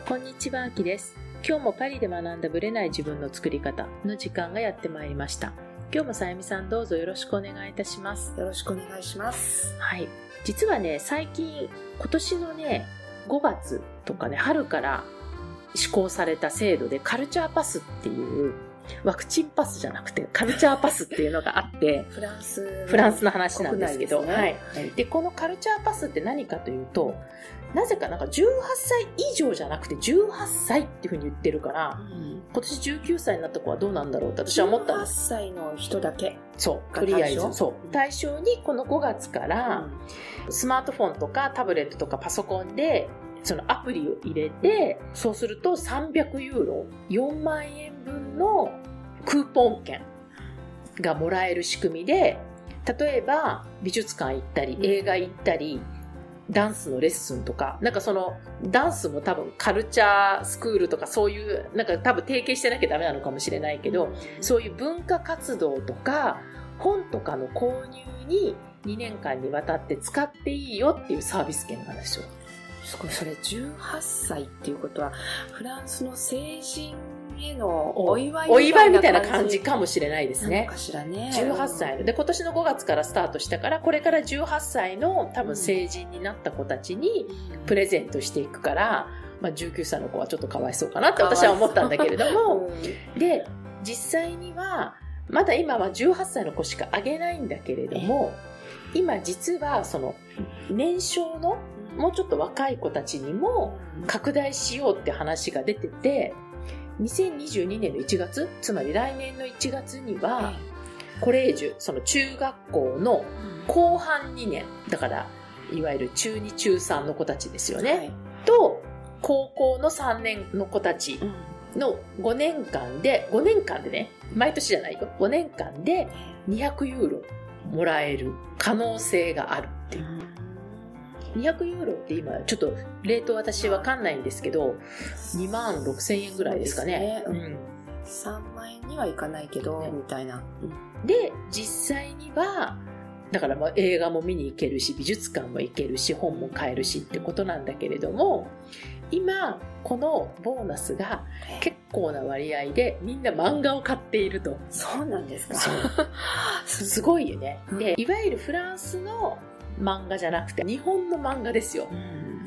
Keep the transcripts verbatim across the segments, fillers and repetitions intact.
こんにちは、あきです。今日もパリで学んだブレない自分の作り方の時間がやってまいりました。今日もさゆみさん、どうぞよろしくお願いいたします。 よろしくお願いします。 はい。実はね、最近、今年のね、ごがつとかね、春から施行された制度でカルチャーパスっていう、ワクチンパスじゃなくてカルチャーパスっていうのがあってフランスフランスの話なんですけど、 ね、 はい。で、このカルチャーパスって何かというと、なぜかなんかじゅうはっさい以上じゃなくてじゅうはっさいっていうふうに言ってるから、うん、今年じゅうきゅうさいになった子はどうなんだろうって私は思ったんです。 じゅうはっさいの人だけ。 そう、とりあえずそう対象にこのごがつから、うん、スマートフォンとかタブレットとかパソコンでそのアプリを入れて、そうするとさんびゃくユーロ、よんまんえんぶんのクーポン券がもらえる仕組みで、例えば美術館行ったり映画行ったりダンスのレッスンとか、なんかそのダンスも多分カルチャースクールとかそういうなんか多分提携してなきゃダメなのかもしれないけど、そういう文化活動とか本とかの購入ににねんかんにわたって使っていいよっていうサービス券なんですよ。 すごい。それじゅうはっさいっていうことはフランスの成人へのお祝いお祝いみたいな感じかもしれないですね。 なのかしらね。 じゅうはっさいので今年のごがつからスタートしたから、これからじゅうはっさいの多分成人になった子たちにプレゼントしていくから、まあ、じゅうきゅうさいの子はちょっとかわいそうかなって私は思ったんだけれども、うん、で実際にはまだ今はじゅうはっさいの子しかあげないんだけれども、今実はその年少のもうちょっと若い子たちにも拡大しようって話が出てて、にせんにじゅうにねんのいちがつ、つまり来年のいちがつにはコレージュ、その中学校の後半にねんだから、いわゆる中に中さんの子たちですよね、はい、と高校のさんねんの子たちのごねんかんでごねんかんでね、毎年じゃないよ、ごねんかんでにひゃくユーロもらえる可能性があるっていう。にひゃくユーロって今ちょっとレート私わかんないんですけど、にまんろくせんえんぐらいですかね。 そうですね、うん、さんまんえんにはいかないけど、ね、みたいな、 うん、で実際にはだからまあ映画も見に行けるし、美術館も行けるし、本も買えるしってことなんだけれども、今このボーナスが結構な割合でみんな漫画を買っていると。 そうなんですか。 すごいよね。で、いわゆるフランスの漫画じゃなくて日本の漫画ですよ、うん、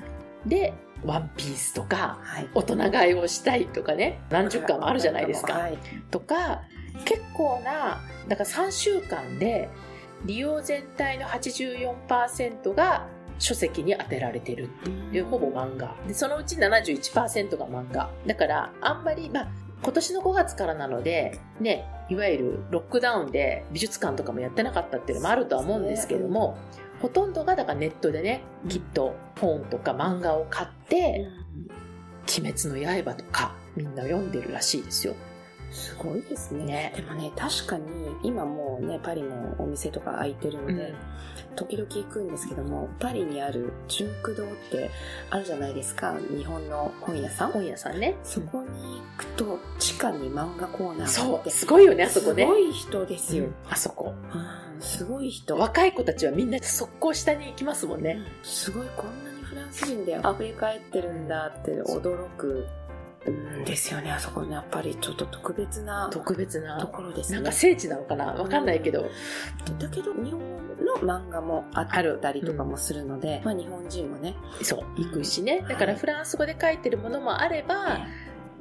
でワンピースとか、はい、大人買いをしたいとかね、何十巻もあるじゃないですか、はい、とか結構な、だからさんしゅうかんで利用全体の はちじゅうよんパーセント が書籍に当てられてるっていう、ほぼ漫画で、そのうち ななじゅういちパーセント が漫画だから、あんまり、まあ今年のごがつからなのでね、いわゆるロックダウンで美術館とかもやってなかったっていうのもあるとは思うんですけども、ほとんどがだからネットでね、きっと本とか漫画を買って、うん、鬼滅の刃とかみんな読んでるらしいですよ。 すごいですね。 ね、 でもね、確かに今もうね、パリもお店とか開いてるので、うん、時々行くんですけども、パリにある純駆堂ってあるじゃないですか、日本の本屋さん。 本屋さんね。 そこに行くと地下に漫画コーナーがあって、 そう、すごいよね、あそこね。 すごい人ですよ、うん、 あそこ。 うん、すごい人。 若い子たちはみんな速攻下に行きますもんね。 うん、すごい、こんなにフランス人で溢れ返ってるんだって驚く。ですよね。あそこね、やっぱりちょっと特別な特別なところですね。 なんか聖地なのかな、わかんないけど、 うん、だけど日本の漫画もあったりとかもするので、うん、まあ日本人もね、 そう行くしね、うん、だからフランス語で書いてるものもあれば、はい、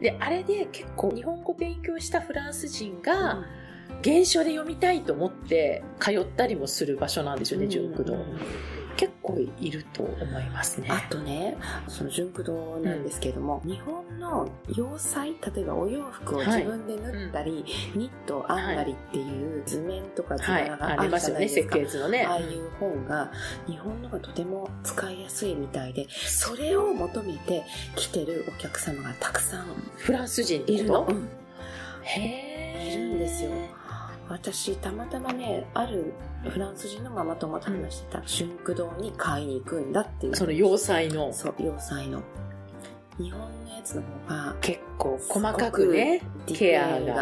であれで結構日本語勉強したフランス人が、うん、原書で読みたいと思って通ったりもする場所なんですよね、純駆堂。結構いると思いますね。 あとね、その純駆堂なんですけれども、うん、日本の洋裁、例えばお洋服を自分で縫ったり、はい、ニット編んだりっていう図面とか図柄があるじゃないですか、 はい、ありますよね、設計図のね。 ああいう本が日本のがとても使いやすいみたいで、それを求めて来てるお客様がたくさんフランス人いるの、 うん、 へー、 いるんですよ。私たまたまね、あるフランス人のママ友と話してた、純駆堂に買いに行くんだっていう。 その洋裁の。 そう、洋裁の。日本のやつの方が結構細かくね、ケアが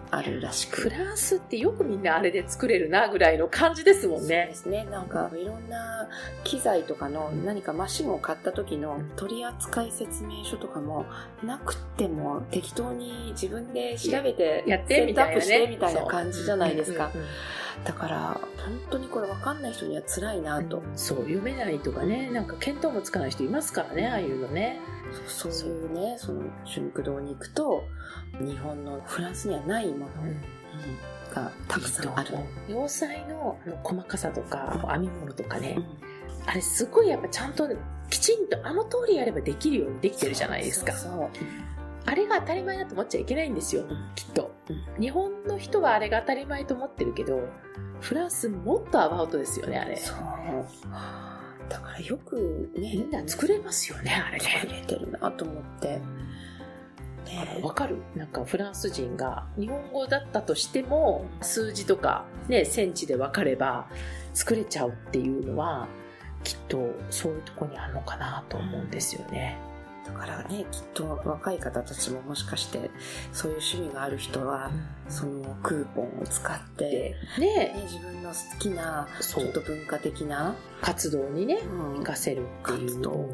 あるらしく。 フランスってよくみんなあれで作れるなぐらいの感じですもんね。 そうですね。なんかいろんな機材とかの何かマシンを買った時の取扱説明書とかもなくても適当に自分で調べてやってみたいなね、 セットアップしてみたいな感じじゃないですか。 うんうんうんうん、 だから本当にこれ分かんない人には辛いなと、うん、 そう読めないとかね、なんか見当もつかない人いますからね、ああいうのね。 そういうね、その春駆堂に行くと日本のフランスにはないものがたくさんある。 洋裁のあの細かさとか編み物とかね、うん、あれすごいやっぱちゃんときちんとあの通りやればできるようにできてるじゃないですか。そうそうそう、あれが当たり前だと思っちゃいけないんですよ、うん、きっと、うん、日本の人はあれが当たり前と思ってるけど、フランスもっとアバウトですよね、あれ。そうだからよくね、 みんな作れますよね、あれね。 作れてるなと思って。 ね、わかる？なんかフランス人が日本語だったとしても数字とかね、センチでわかれば作れちゃうっていうのはきっとそういうとこにあるのかなと思うんですよね。 だからね、きっと若い方たちももしかしてそういう趣味がある人は、うん、そのクーポンを使ってね、ね、自分の好きなちょっと文化的な活動にね、うん、活かせるっていう活動、うん、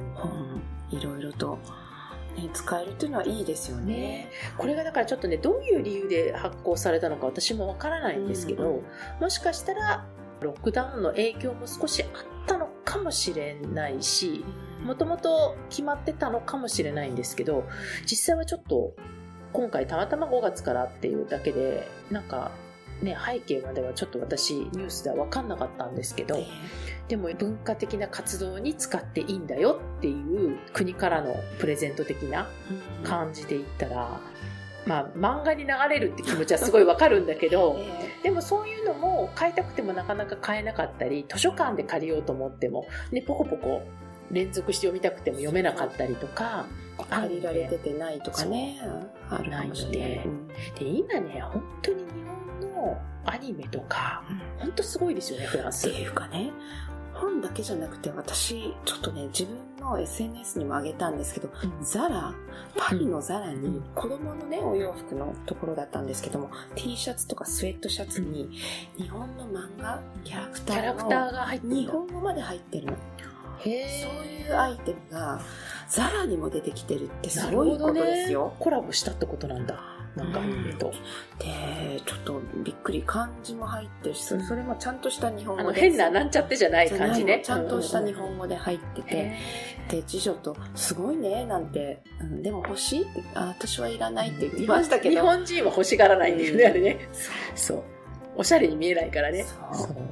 いろいろとね、使えるっていうのはいいですよね。ね、 これがだからちょっとね、どういう理由で発行されたのか私もわからないんですけど、うんうん、もしかしたらロックダウンの影響も少しあったのかもしれないし、もともと決まってたのかもしれないんですけど、実際はちょっと今回たまたまごがつからっていうだけでなんかね、背景まではちょっと私ニュースでは分かんなかったんですけど、えー、でも文化的な活動に使っていいんだよっていう国からのプレゼント的な感じで言ったら、うん、まあ漫画に流れるって気持ちはすごい分かるんだけど、えー、でもそういうのも買いたくてもなかなか買えなかったり、図書館で借りようと思っても、ね、ポコポコ連続して読みたくても読めなかったりとか、 借りられててないとかね、あるかもしれない。 で、今ね、本当に日本のアニメとか、うん、本当すごいですよね、フランス。 っていうかね、本だけじゃなくて、私ちょっとね、自分の エスエヌエス にも上げたんですけど、うん、ザラ、パリのザラに子供のね、お洋服のところだったんですけども、 T シャツとかスウェットシャツに日本の漫画キャラクターの日本語まで入ってるの。へー、そういうアイテムがザラにも出てきてるってすごいことですよ。 ね、コラボしたってことなんだ。なんかアニメと、うん、 でちょっとびっくり、漢字も入ってるし、それ、それもちゃんとした日本語で、あの変ななんちゃってじゃない感じね、 ちゃんとした日本語で入ってて、で次女とすごいねなんて、うん、でも欲しいって、あ、私はいらないって言いましたけど、 日本人は欲しがらないんだよね、あれね。そう、おしゃれに見えないからね。そうそう、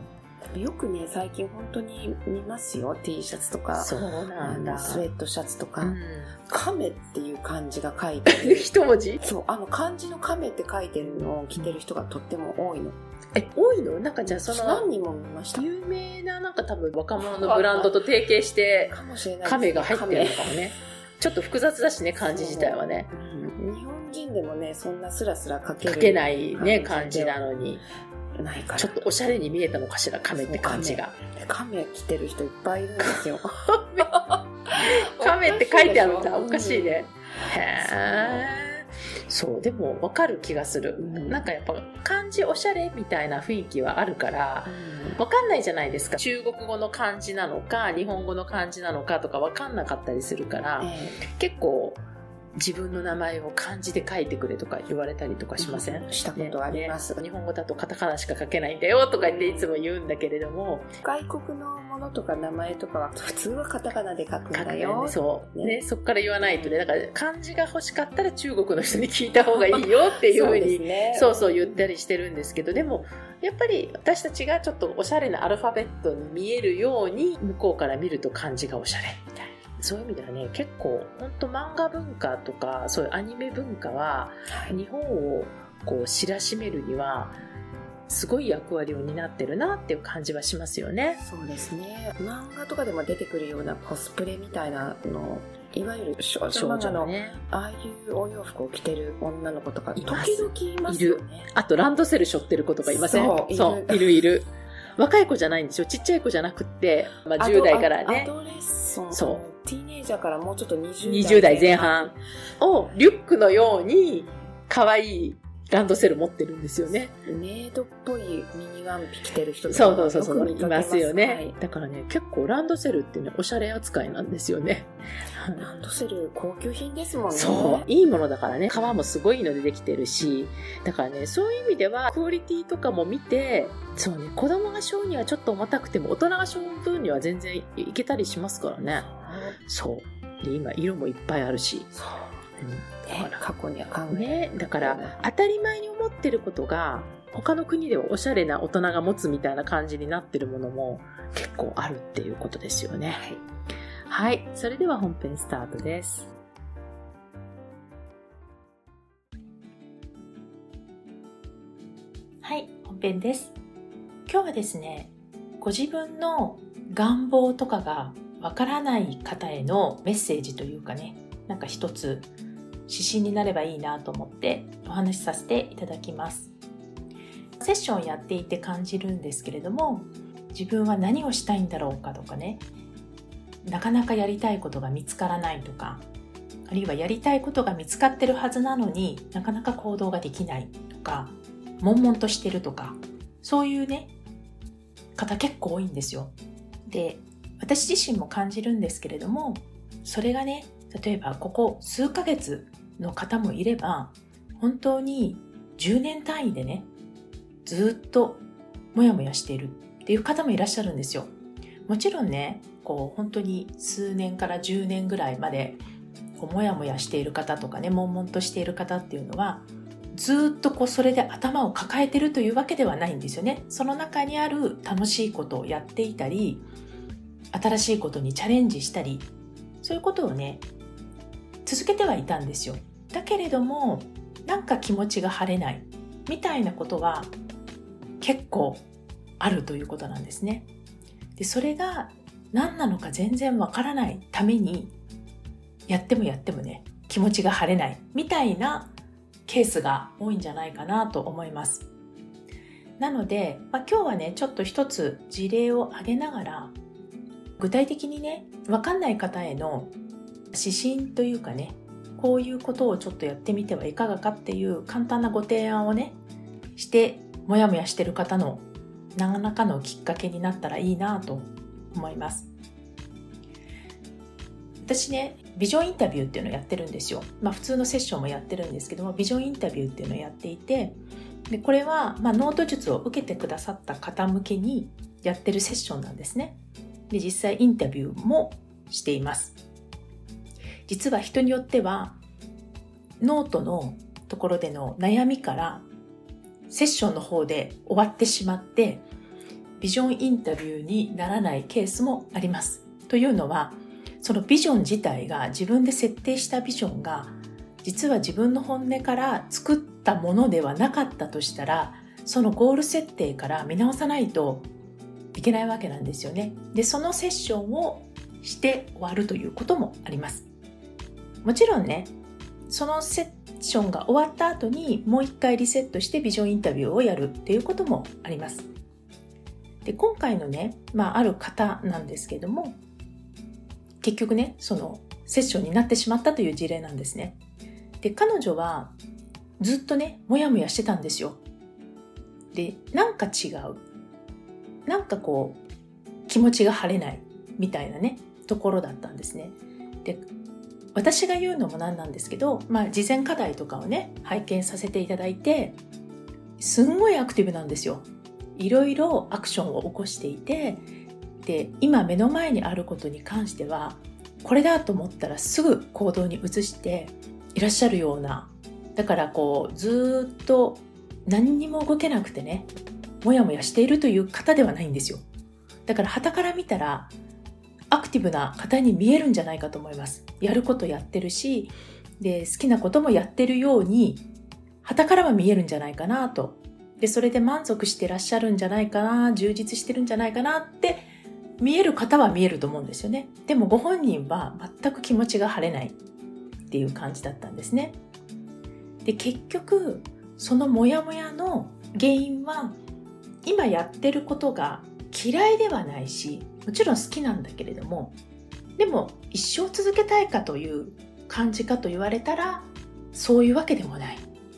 よくね、最近本当に見ますよ、 T シャツとか、 そうなんだ、 スウェットシャツとか、うん、亀っていう漢字が書いてる一文字、 そう、あの漢字の亀って書いてるのを着てる人がとっても多いの。 え、多いの？なんかじゃあその何人も見ました。 有名ななんか多分若者のブランドと提携して亀が入ってるのかもね。ちょっと複雑だしね、漢字自体はね、 うん、日本人でもね、そんなスラスラ書ける書けないね、漢字なのにないから、 ちょっとおしゃれに見えたのかしら、亀って漢字が。 亀着てる人いっぱいいるんですよ。 亀って書いてあるんだ、おかしいね。へー、そう、でも分かる気がする、うん、なんかやっぱ漢字おしゃれみたいな雰囲気はあるから、うん、分かんないじゃないですか、中国語の漢字なのか日本語の漢字なのかとか分かんなかったりするから、えー、結構自分の名前を漢字で書いてくれとか言われたりとかしません？ うん、したことあります、 ね、日本語だとカタカナしか書けないんだよとか言っていつも言うんだけれども、 外国のものとか名前とかは普通はカタカナで書くんだよ、 ね、そう、ねね、そっから言わないとね、だから漢字が欲しかったら中国の人に聞いた方がいいよっていうふうにそう、ね、そうそう言ったりしてるんですけど、でもやっぱり私たちがちょっとおしゃれなアルファベットに見えるように向こうから見ると漢字がおしゃれみたいな、そういう意味ではね、結構本当漫画文化とかそういうアニメ文化は日本をこう知らしめるにはすごい役割を担ってるなっていう感じはしますよね。 そうですね。漫画とかでも出てくるようなコスプレみたいなの、いわゆる少女漫画の、ね、ああいうお洋服を着てる女の子とか時々いますよね。いる。あとランドセル背負ってる子とかいません？ そうそういるいる。若い子じゃないんですよ。ちっちゃい子じゃなくって、まあ、じゅう代からね。 アドレッソン。そう。ティーネイジャーからもうちょっとにじゅう代。 にじゅう代前半をリュックのように可愛いランドセル持ってるんですよね。 メイドっぽいミニワンピ着てる人そうそうそうそう、いよく見かけますよね、 はい。 だからね、結構ランドセルってね、おしゃれ扱いなんですよね。 ランドセル高級品ですもんね。 そう、いいものだからね、革もすごいのでできてるし、だからね、そういう意味ではクオリティとかも見て、そうね、子供が背負うにはちょっと重たくても大人が背負う分には全然いけたりしますからね。そうで、今色もいっぱいあるし、 そう、 うんね、過去には考えね、だから当たり前に思ってることが他の国ではおしゃれな大人が持つみたいな感じになってるものも結構あるっていうことですよね。はい、はい、それでは本編スタートです。はい、本編です。今日はですね、ご自分の願望とかがわからない方へのメッセージというかね、なんか一つ指針になればいいなと思ってお話しさせていただきます。セッションやっていて感じるんですけれども、自分は何をしたいんだろうかとかね、なかなかやりたいことが見つからないとか、あるいはやりたいことが見つかってるはずなのになかなか行動ができないとか、悶々としてるとか、そういうね方結構多いんですよ。で、私自身も感じるんですけれども、それがね、例えばここ数ヶ月の方もいれば、本当にじゅうねん単位でね、ずっともやもやしているっていう方もいらっしゃるんですよ。もちろんね、こう本当に数年からじゅうねんぐらいまでこうもやもやしている方とかね、悶々としている方っていうのは、ずっとこうそれで頭を抱えてるというわけではないんですよね。その中にある楽しいことをやっていたり、新しいことにチャレンジしたり、そういうことをね続けてはいたんですよ。だけれども、なんか気持ちが晴れないみたいなことは結構あるということなんですね。で、それが何なのか全然わからないために、やってもやってもね気持ちが晴れないみたいなケースが多いんじゃないかなと思います。なので、まあ、今日はねちょっと一つ事例を挙げながら、具体的にねわかんない方への指針というかね、こういうことをちょっとやってみてはいかがかっていう簡単なご提案をねして、もやもやしてる方の何らかのきっかけになったらいいなと思います。私ね、ビジョンインタビューっていうのをやってるんですよ。まあ普通のセッションもやってるんですけども、ビジョンインタビューっていうのをやっていて、でこれはまあノート術を受けてくださった方向けにやってるセッションなんですね。で、実際インタビューもしています。実は人によってはノートのところでの悩みからセッションの方で終わってしまって、ビジョンインタビューにならないケースもあります。というのは、そのビジョン自体が、自分で設定したビジョンが実は自分の本音から作ったものではなかったとしたら、そのゴール設定から見直さないといけないわけなんですよね。で、そのセッションをして終わるということもあります。もちろんね、そのセッションが終わった後にもう一回リセットしてビジョンインタビューをやるっていうこともあります。で、今回のね、まあある方なんですけども、結局ね、そのセッションになってしまったという事例なんですね。で、彼女はずっとね、もやもやしてたんですよ。で、なんか違う。なんかこう、気持ちが晴れないみたいなね、ところだったんですね。で、私が言うのもなんなんですけど、まあ事前課題とかをね、拝見させていただいて、すんごいアクティブなんですよ。いろいろアクションを起こしていて、で、今目の前にあることに関しては、これだと思ったらすぐ行動に移していらっしゃるような、だからこうずっと何にも動けなくてね、もやもやしているという方ではないんですよ。だから傍から見たらアクティブな方に見えるんじゃないかと思います。やることやってるし、で好きなこともやってるように傍からは見えるんじゃないかなと。でそれで満足してらっしゃるんじゃないかな、充実してるんじゃないかなって見える方は見えると思うんですよね。でもご本人は全く気持ちが晴れないっていう感じだったんですね。で結局そのモヤモヤの原因は、今やってることが嫌いではないし、もちろん好きなんだけれども、でも一生続けたいかという感じかと言われたらそういうわけでもない。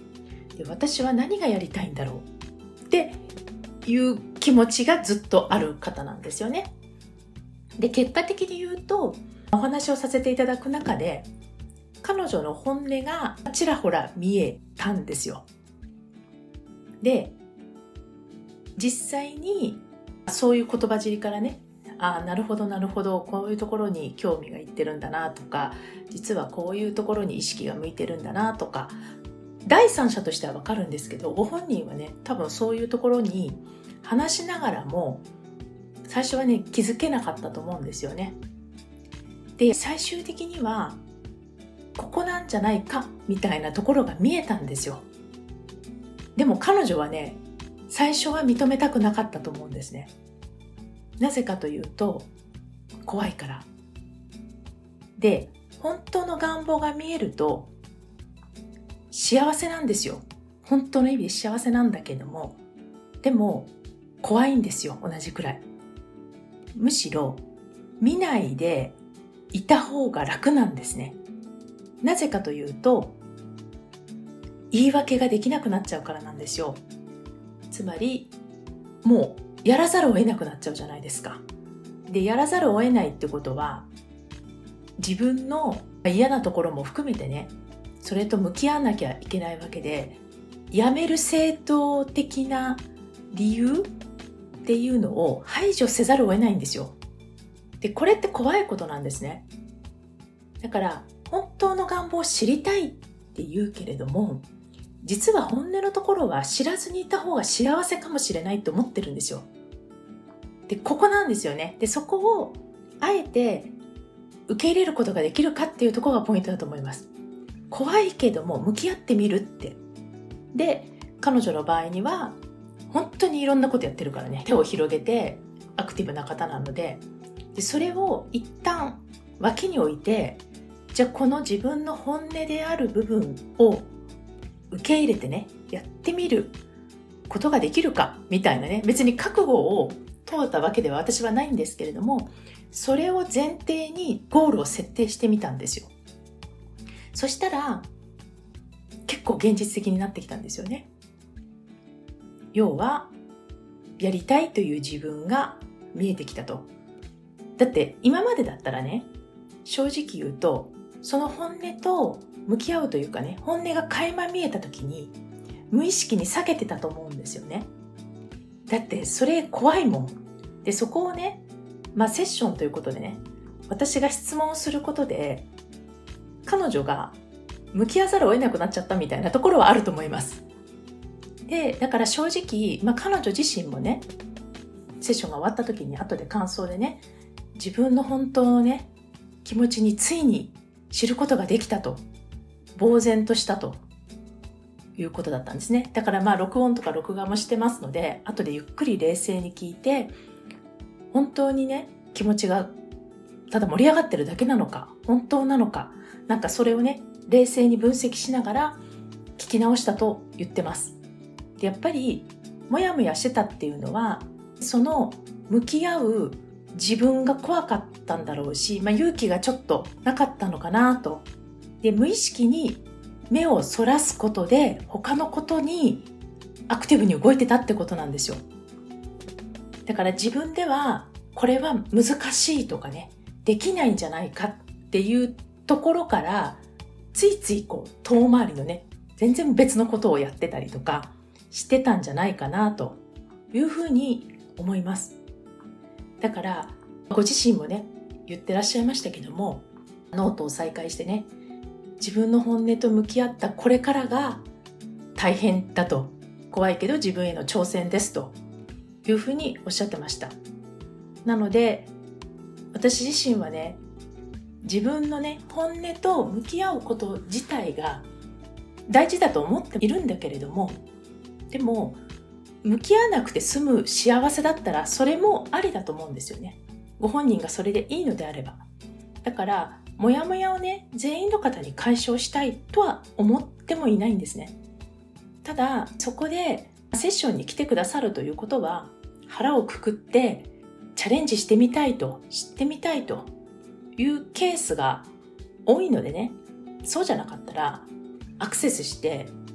で私は何がやりたいんだろうっていう気持ちがずっとある方なんですよね。で、結果的に言うと、お話をさせていただく中で、彼女の本音がちらほら見えたんですよ。で、実際にそういう言葉尻からね、ああ、なるほどなるほど、こういうところに興味がいってるんだなとか、実はこういうところに意識が向いてるんだなとか、第三者としてはわかるんですけど、ご本人はね、多分そういうところに話しながらも最初はね、気づけなかったと思うんですよね。で、最終的にはここなんじゃないかみたいなところが見えたんですよ。でも彼女はね、最初は認めたくなかったと思うんですね。なぜかというと、怖いから。で、本当の願望が見えると幸せなんですよ。本当の意味で幸せなんだけども、でも怖いんですよ、同じくらい。むしろ見ないでいた方が楽なんですね。なぜかというと、言い訳ができなくなっちゃうからなんですよ。つまり、もうやらざるを得なくなっちゃうじゃないですか。で、やらざるを得ないってことは、自分の嫌なところも含めてね、それと向き合わなきゃいけないわけで、やめる正当的な理由っていうのを排除せざるを得ないんですよ。で、これって怖いことなんですね。だから、本当の願望を知りたいって言うけれども、実は本音のところは知らずにいた方が幸せかもしれないと思ってるんですよ。で、ここなんですよね。で、そこをあえて受け入れることができるかっていうところがポイントだと思います。怖いけども向き合ってみるって。で、彼女の場合には本当にいろんなことやってるからね、手を広げてアクティブな方なので、でそれを一旦脇に置いて、じゃあこの自分の本音である部分を受け入れてね、やってみることができるかみたいなね、別に覚悟を通ったわけでは私はないんですけれども、それを前提にゴールを設定してみたんですよ。そしたら結構現実的になってきたんですよね。要はやりたいという自分が見えてきたと。だって今までだったらね、正直言うとその本音と向き合うというかね、本音が垣間見えた時に無意識に避けてたと思うんですよね。だってそれ怖いもん。で、そこをね、まあセッションということでね、私が質問をすることで彼女が向き合わざるを得なくなっちゃったみたいなところはあると思います。で、だから正直、まあ、彼女自身もね、セッションが終わった時に後で感想でね、自分の本当のね、気持ちについに知ることができたと、呆然としたということだったんですね。だからまあ録音とか録画もしてますので、後でゆっくり冷静に聞いて、本当にね、気持ちがただ盛り上がってるだけなのか、本当なのか、なんかそれをね、冷静に分析しながら聞き直したと言ってます。で、やっぱりもやもやしてたっていうのは、その向き合う自分が怖かったんだろうし、まあ、勇気がちょっとなかったのかなと。で、無意識に目をそらすことで他のことにアクティブに動いてたってことなんですよ。だから自分ではこれは難しいとかね、できないんじゃないかっていうところからついついこう遠回りのね、全然別のことをやってたりとかしてたんじゃないかなというふうに思います。だからご自身もね、言ってらっしゃいましたけども、ノートを再開してね、自分の本音と向き合ったこれからが大変だと、怖いけど自分への挑戦ですというふうにおっしゃってました。なので私自身はね、自分のね、本音と向き合うこと自体が大事だと思っているんだけれども、でも向き合わなくて済む幸せだったらそれもありだと思うんですよね。ご本人がそれでいいのであれば。だからモヤモヤをね、全員の方に解消したいとは思ってもいないんですね。ただそこでセッションに来てくださるということは、腹をくくってチャレンジしてみたいと、知ってみたいというケースが多いのでね、そうじゃなかったらアクセスして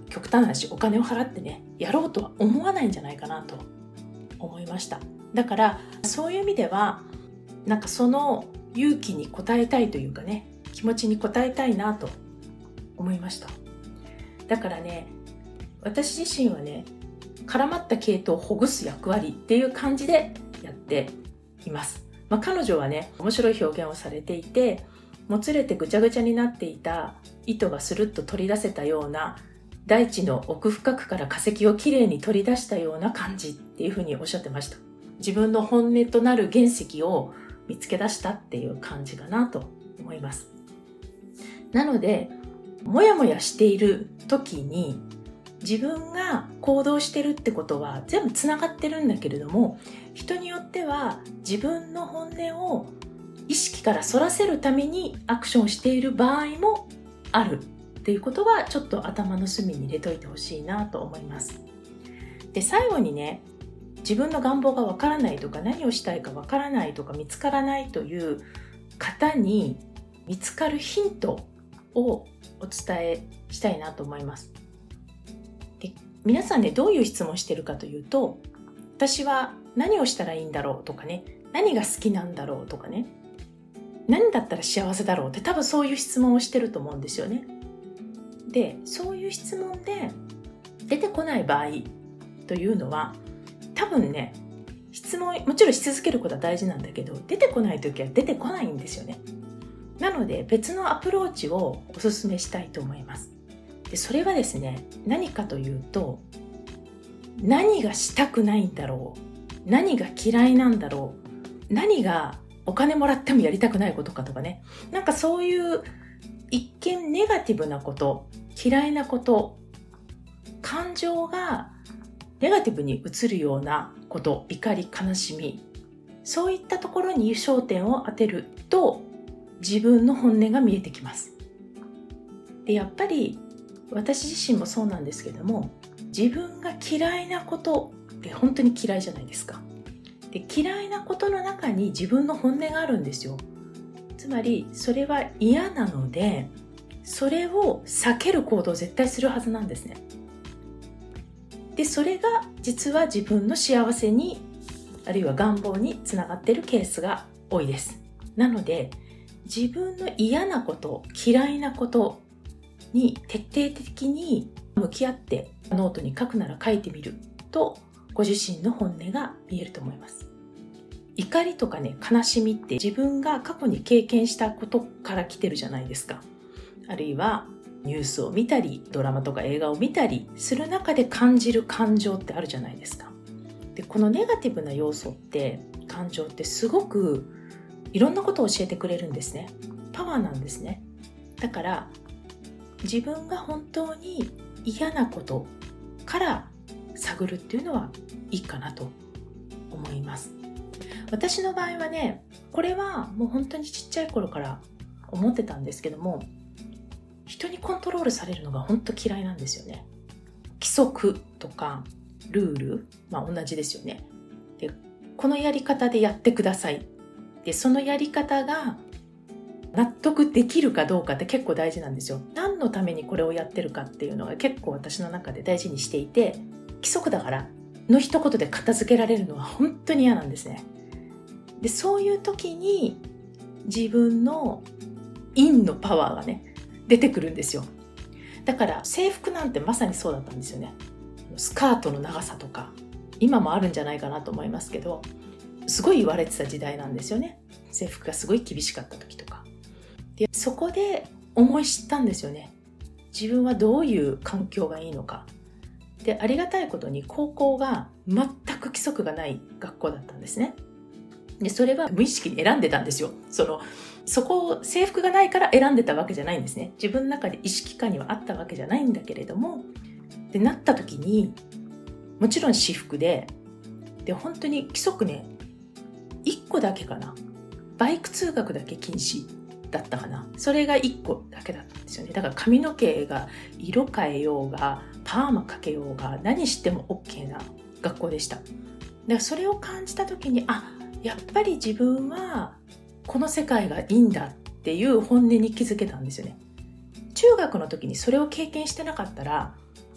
極端な話お金を払ってねやろうとは思わないんじゃないかなと思いました。だからそういう意味ではなんかその勇気に応えたいというかね、気持ちに応えたいなと思いました。だからね、私自身はね、絡まった毛糸をほぐす役割っていう感じでやっています。まあ、彼女はね、面白い表現をされていて、もつれてぐちゃぐちゃになっていた糸がスルッと取り出せたような、大地の奥深くから化石をきれいに取り出したような感じっていうふうにおっしゃってました。自分の本音となる原石を見つけ出したっていう感じかなと思います。なので、もやもやしている時に自分が行動してるってことは全部つながってるんだけれども、人によっては自分の本音を意識からそらせるためにアクションをしている場合もあるっていうことはちょっと頭の隅に入れといてほしいなと思います。で、最後にね、自分の願望がわからないとか何をしたいかわからないとか見つからないという方に見つかるヒントをお伝えしたいなと思います。で、皆さんね、どういう質問してるかというと、私は何をしたらいいんだろうとかね、何が好きなんだろうとかね、何だったら幸せだろうって多分そういう質問をしてると思うんですよね。で、そういう質問で出てこない場合というのは、多分ね、質問もちろんし続けることは大事なんだけど、出てこないときは出てこないんですよね。なので別のアプローチをお勧めしたいと思います。で、それはですね、何かというと、何がしたくないんだろう、何が嫌いなんだろう、何がお金もらってもやりたくないことかとかね、なんかそういう一見ネガティブなこと、嫌いなこと、感情がネガティブに映るようなこと、怒り、悲しみ、そういったところに焦点を当てると自分の本音が見えてきます。で、やっぱり私自身もそうなんですけども、自分が嫌いなことって本当に嫌いじゃないですか。で、嫌いなことの中に自分の本音があるんですよ。つまりそれは嫌なので、それを避ける行動を絶対するはずなんですね。で、それが実は自分の幸せに、あるいは願望につながっているケースが多いです。なので、自分の嫌なこと、嫌いなことに徹底的に向き合ってノートに書くなら書いてみると、ご自身の本音が見えると思います。怒りとかね、悲しみって自分が過去に経験したことから来てるじゃないですか。あるいはニュースを見たり、ドラマとか映画を見たりする中で感じる感情ってあるじゃないですか。で、このネガティブな要素って、感情ってすごくいろんなことを教えてくれるんですね。パワーなんですね。だから自分が本当に嫌なことから探るっていうのはいいかなと思います。私の場合はね、これはもう本当にちっちゃい頃から思ってたんですけども、人にコントロールされるのが本当嫌いなんですよね。規則とかルール、まあ同じですよね。で、このやり方でやってください。で、そのやり方が納得できるかどうかって結構大事なんですよ。何のためにこれをやってるかっていうのが結構私の中で大事にしていて、規則だからの一言で片付けられるのは本当に嫌なんですね。で、そういう時に自分の陰のパワーがね、出てくるんですよ。だから制服なんてまさにそうだったんですよね。スカートの長さとか今もあるんじゃないかなと思いますけど、すごい言われてた時代なんですよね。制服がすごい厳しかった時とかで、そこで思い知ったんですよね。自分はどういう環境がいいのかで、ありがたいことに高校が全く規則がない学校だったんですね。で、それは無意識に選んでたんですよ。そのそこを制服がないから選んでたわけじゃないんですね。自分の中で意識下にはあったわけじゃないんだけれども、でなった時にもちろん私服で、で本当に規則ね、いっこだけかな、バイク通学だけ禁止だったかな。それがいっこだけだったんですよね。だから髪の毛が色変えようがパーマかけようが何しても OK な学校でした。だからそれを感じた時に、あ、やっぱり自分はこの世界がいいんだっていう本音に気づけたんですよね。中学の時にそれを経験してなかったら、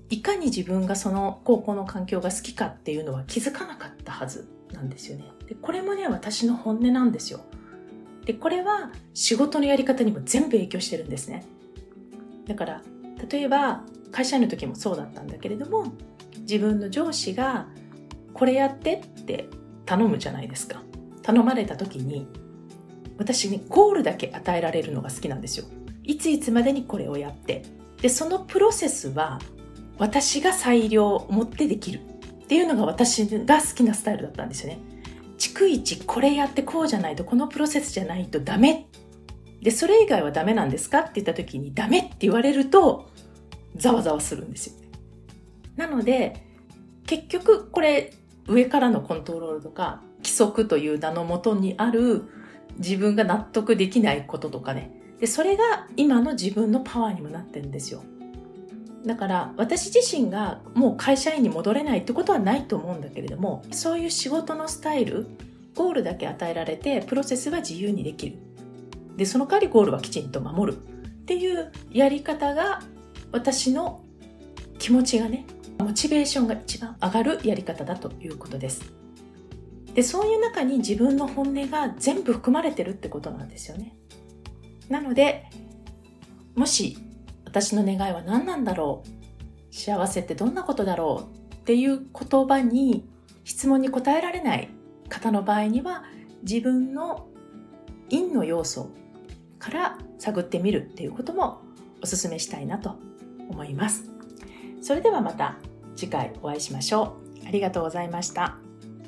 いかに自分がその高校の環境が好きかっていうのは気づかなかったはずなんですよね。で、これもね、私の本音なんですよ。で、これは仕事のやり方にも全部影響してるんですね。だから、例えば会社員の時もそうだったんだけれども、自分の上司がこれやってって頼むじゃないですか。頼まれた時に、私ね、ゴールだけ与えられるのが好きなんですよ。いついつまでにこれをやって。で、そのプロセスは私が裁量を持ってできるっていうのが私が好きなスタイルだったんですよね。逐一これやってこうじゃないと、このプロセスじゃないとダメ。で、それ以外はダメなんですかって言った時にダメって言われるとざわざわするんですよ。なので、結局これ上からのコントロールとか規則という名のもとにある自分が納得できないこととかね。で、それが今の自分のパワーにもなってるんですよ。だから私自身がもう会社員に戻れないってことはないと思うんだけれども、そういう仕事のスタイル、ゴールだけ与えられてプロセスは自由にできる。で、その代わりゴールはきちんと守るっていうやり方が私の気持ちがね、モチベーションが一番上がるやり方だということです。で、そういう中に自分の本音が全部含まれてるってことなんですよね。なので、もし私の願いは何なんだろう、幸せってどんなことだろうっていう言葉に、質問に答えられない方の場合には、自分の陰の要素から探ってみるっていうこともお勧めしたいなと思います。それではまた次回お会いしましょう。ありがとうございました。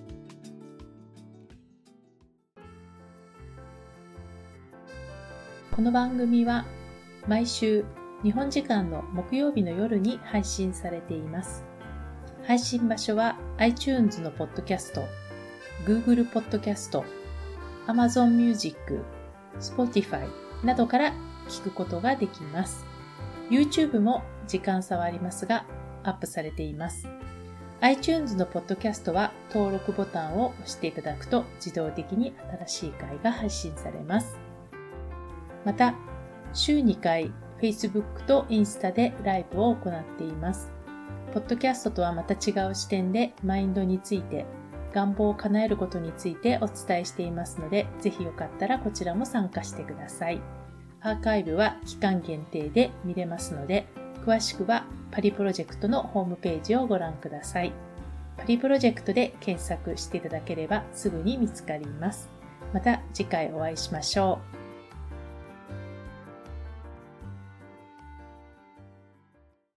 この番組は毎週日本時間の木曜日の夜に配信されています。配信場所は iTunes のポッドキャスト、Google ポッドキャスト、Amazon Music、Spotify などから聞くことができます。YouTube も時間差はありますがアップされています。iTunes のポッドキャストは登録ボタンを押していただくと自動的に新しい回が配信されます。また、週にかい Facebook とインスタでライブを行っています。ポッドキャストとはまた違う視点でマインドについて、願望を叶えることについてお伝えしていますので、ぜひよかったらこちらも参加してください。アーカイブは期間限定で見れますので、詳しくはパリプロジェクトのホームページをご覧ください。パリプロジェクトで検索していただければすぐに見つかります。また次回お会いしましょう。